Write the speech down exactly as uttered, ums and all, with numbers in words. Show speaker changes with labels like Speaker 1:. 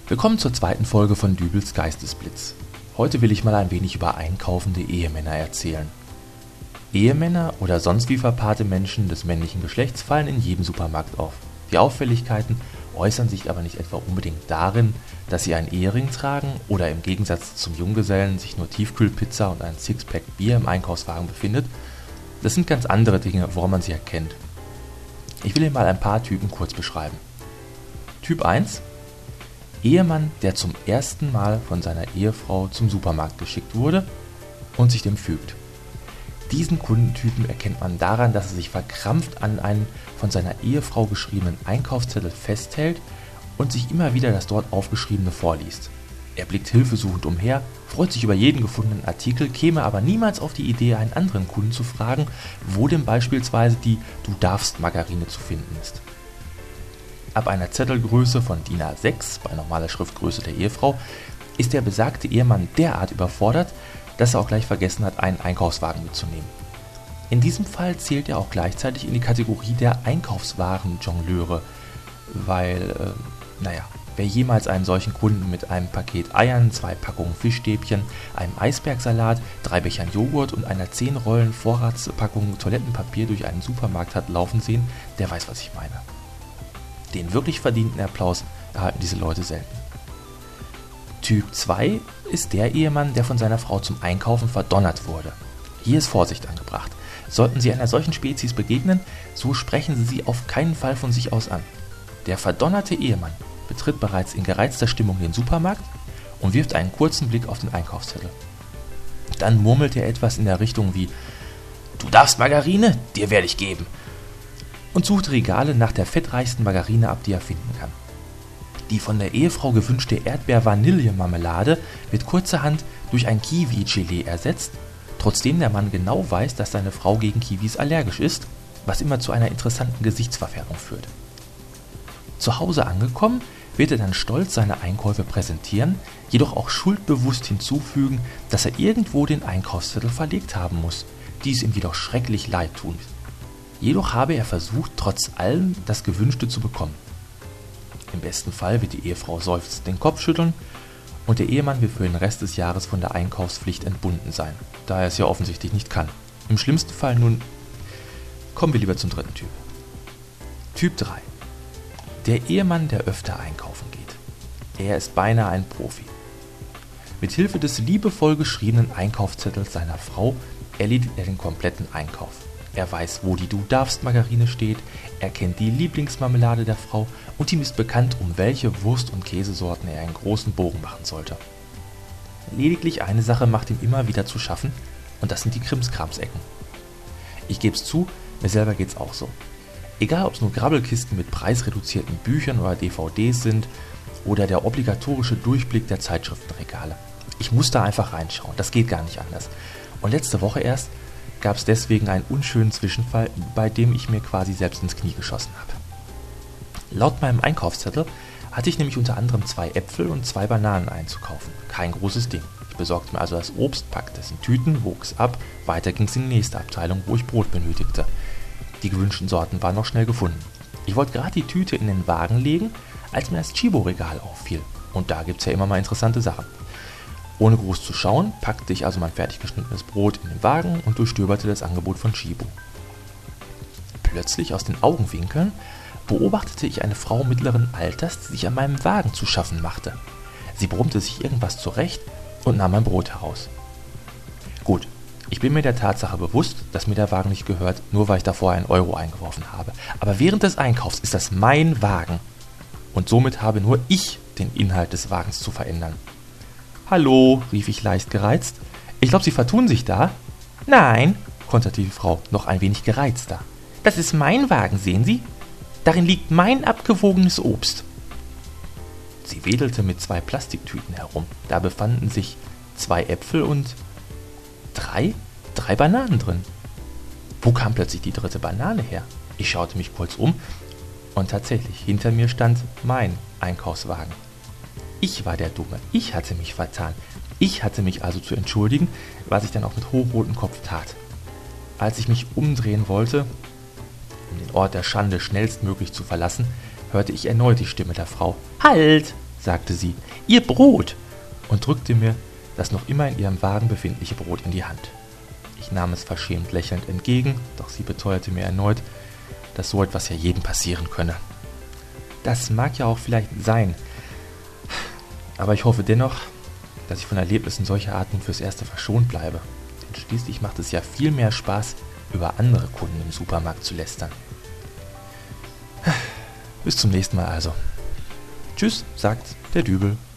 Speaker 1: Willkommen zur zweiten Folge von Dübels Geistesblitz. Heute will ich mal ein wenig über einkaufende Ehemänner erzählen. Ehemänner oder sonst wie verpaarte Menschen des männlichen Geschlechts fallen in jedem Supermarkt auf. Die Auffälligkeiten äußern sich aber nicht etwa unbedingt darin, dass sie einen Ehering tragen oder im Gegensatz zum Junggesellen sich nur Tiefkühlpizza und ein Sixpack Bier im Einkaufswagen befindet. Das sind ganz andere Dinge, woran man sie erkennt. Ich will Ihnen mal ein paar Typen kurz beschreiben. Typ eins: Ehemann, der zum ersten Mal von seiner Ehefrau zum Supermarkt geschickt wurde und sich dem fügt. Diesen Kundentypen erkennt man daran, dass er sich verkrampft an einen von seiner Ehefrau geschriebenen Einkaufszettel festhält und sich immer wieder das dort aufgeschriebene vorliest. Er blickt hilfesuchend umher, freut sich über jeden gefundenen Artikel, käme aber niemals auf die Idee, einen anderen Kunden zu fragen, wo denn beispielsweise die Du darfst Margarine zu finden ist. Ab einer Zettelgröße von D I N A sechs, bei normaler Schriftgröße der Ehefrau, ist der besagte Ehemann derart überfordert, dass er auch gleich vergessen hat, einen Einkaufswagen mitzunehmen. In diesem Fall zählt er auch gleichzeitig in die Kategorie der Einkaufswagen-Jongleure, weil, äh, naja, wer jemals einen solchen Kunden mit einem Paket Eiern, zwei Packungen Fischstäbchen, einem Eisbergsalat, drei Bechern Joghurt und einer zehn Rollen Vorratspackung Toilettenpapier durch einen Supermarkt hat laufen sehen, der weiß, was ich meine. Den wirklich verdienten Applaus erhalten diese Leute selten. Typ zwei ist der Ehemann, der von seiner Frau zum Einkaufen verdonnert wurde. Hier ist Vorsicht angebracht. Sollten Sie einer solchen Spezies begegnen, so sprechen Sie sie auf keinen Fall von sich aus an. Der verdonnerte Ehemann betritt bereits in gereizter Stimmung den Supermarkt und wirft einen kurzen Blick auf den Einkaufszettel. Dann murmelt er etwas in der Richtung wie: Du darfst Margarine? Dir werde ich geben. Und sucht Regale nach der fettreichsten Margarine ab, die er finden kann. Die von der Ehefrau gewünschte Erdbeer-Vanille-Marmelade wird kurzerhand durch ein Kiwi-Gelee ersetzt, trotzdem der Mann genau weiß, dass seine Frau gegen Kiwis allergisch ist, was immer zu einer interessanten Gesichtsverfärbung führt. Zu Hause angekommen, wird er dann stolz seine Einkäufe präsentieren, jedoch auch schuldbewusst hinzufügen, dass er irgendwo den Einkaufszettel verlegt haben muss, dies ihm jedoch schrecklich leid tut. Jedoch habe er versucht, trotz allem das Gewünschte zu bekommen. Im besten Fall wird die Ehefrau seufzend den Kopf schütteln und der Ehemann wird für den Rest des Jahres von der Einkaufspflicht entbunden sein, da er es ja offensichtlich nicht kann. Im schlimmsten Fall nun kommen wir lieber zum dritten Typ. Typ drei: Der Ehemann, der öfter einkaufen geht. Er ist beinahe ein Profi. Mit Hilfe des liebevoll geschriebenen Einkaufszettels seiner Frau erledigt er den kompletten Einkauf. Er weiß, wo die Du darfst Margarine steht, er kennt die Lieblingsmarmelade der Frau und ihm ist bekannt, um welche Wurst- und Käsesorten er einen großen Bogen machen sollte. Lediglich eine Sache macht ihm immer wieder zu schaffen, und das sind die Krimskrams-Ecken. Ich geb's zu, mir selber geht's auch so. Egal, ob es nur Grabbelkisten mit preisreduzierten Büchern oder D V Ds sind oder der obligatorische Durchblick der Zeitschriftenregale. Ich muss da einfach reinschauen, das geht gar nicht anders. Und letzte Woche erst gab es deswegen einen unschönen Zwischenfall, bei dem ich mir quasi selbst ins Knie geschossen habe. Laut meinem Einkaufszettel hatte ich nämlich unter anderem zwei Äpfel und zwei Bananen einzukaufen. Kein großes Ding. Ich besorgte mir also das Obst, packte es in Tüten, wog es ab, weiter ging es in die nächste Abteilung, wo ich Brot benötigte. Die gewünschten Sorten waren noch schnell gefunden. Ich wollte gerade die Tüte in den Wagen legen, als mir das Chibo-Regal auffiel. Und da gibt es ja immer mal interessante Sachen. Ohne groß zu schauen, packte ich also mein fertig geschnittenes Brot in den Wagen und durchstöberte das Angebot von Chibo. Plötzlich aus den Augenwinkeln beobachtete ich eine Frau mittleren Alters, die sich an meinem Wagen zu schaffen machte. Sie brummte sich irgendwas zurecht und nahm mein Brot heraus. Gut, ich bin mir der Tatsache bewusst, dass mir der Wagen nicht gehört, nur weil ich davor einen Euro eingeworfen habe. Aber während des Einkaufs ist das mein Wagen. Und somit habe nur ich den Inhalt des Wagens zu verändern. »Hallo«, rief ich leicht gereizt. »Ich glaube, Sie vertun sich da?« »Nein«, konterte die Frau, noch ein wenig gereizter. »Das ist mein Wagen, sehen Sie? Darin liegt mein abgewogenes Obst.« Sie wedelte mit zwei Plastiktüten herum. Da befanden sich zwei Äpfel und drei, drei Bananen drin. Wo kam plötzlich die dritte Banane her? Ich schaute mich kurz um und tatsächlich, hinter mir stand mein Einkaufswagen. Ich war der Dumme, ich hatte mich vertan. Ich hatte mich also zu entschuldigen, was ich dann auch mit hochrotem Kopf tat. Als ich mich umdrehen wollte, um den Ort der Schande schnellstmöglich zu verlassen, hörte ich erneut die Stimme der Frau. »Halt!« sagte sie, »Ihr Brot!« und drückte mir das noch immer in ihrem Wagen befindliche Brot in die Hand. Ich nahm es verschämt lächelnd entgegen, doch sie beteuerte mir erneut, dass so etwas ja jedem passieren könne. Das mag ja auch vielleicht sein, aber ich hoffe dennoch, dass ich von Erlebnissen solcher Art nun fürs Erste verschont bleibe. Denn schließlich macht es ja viel mehr Spaß, über andere Kunden im Supermarkt zu lästern. Bis zum nächsten Mal also. Tschüss, sagt der Dübel.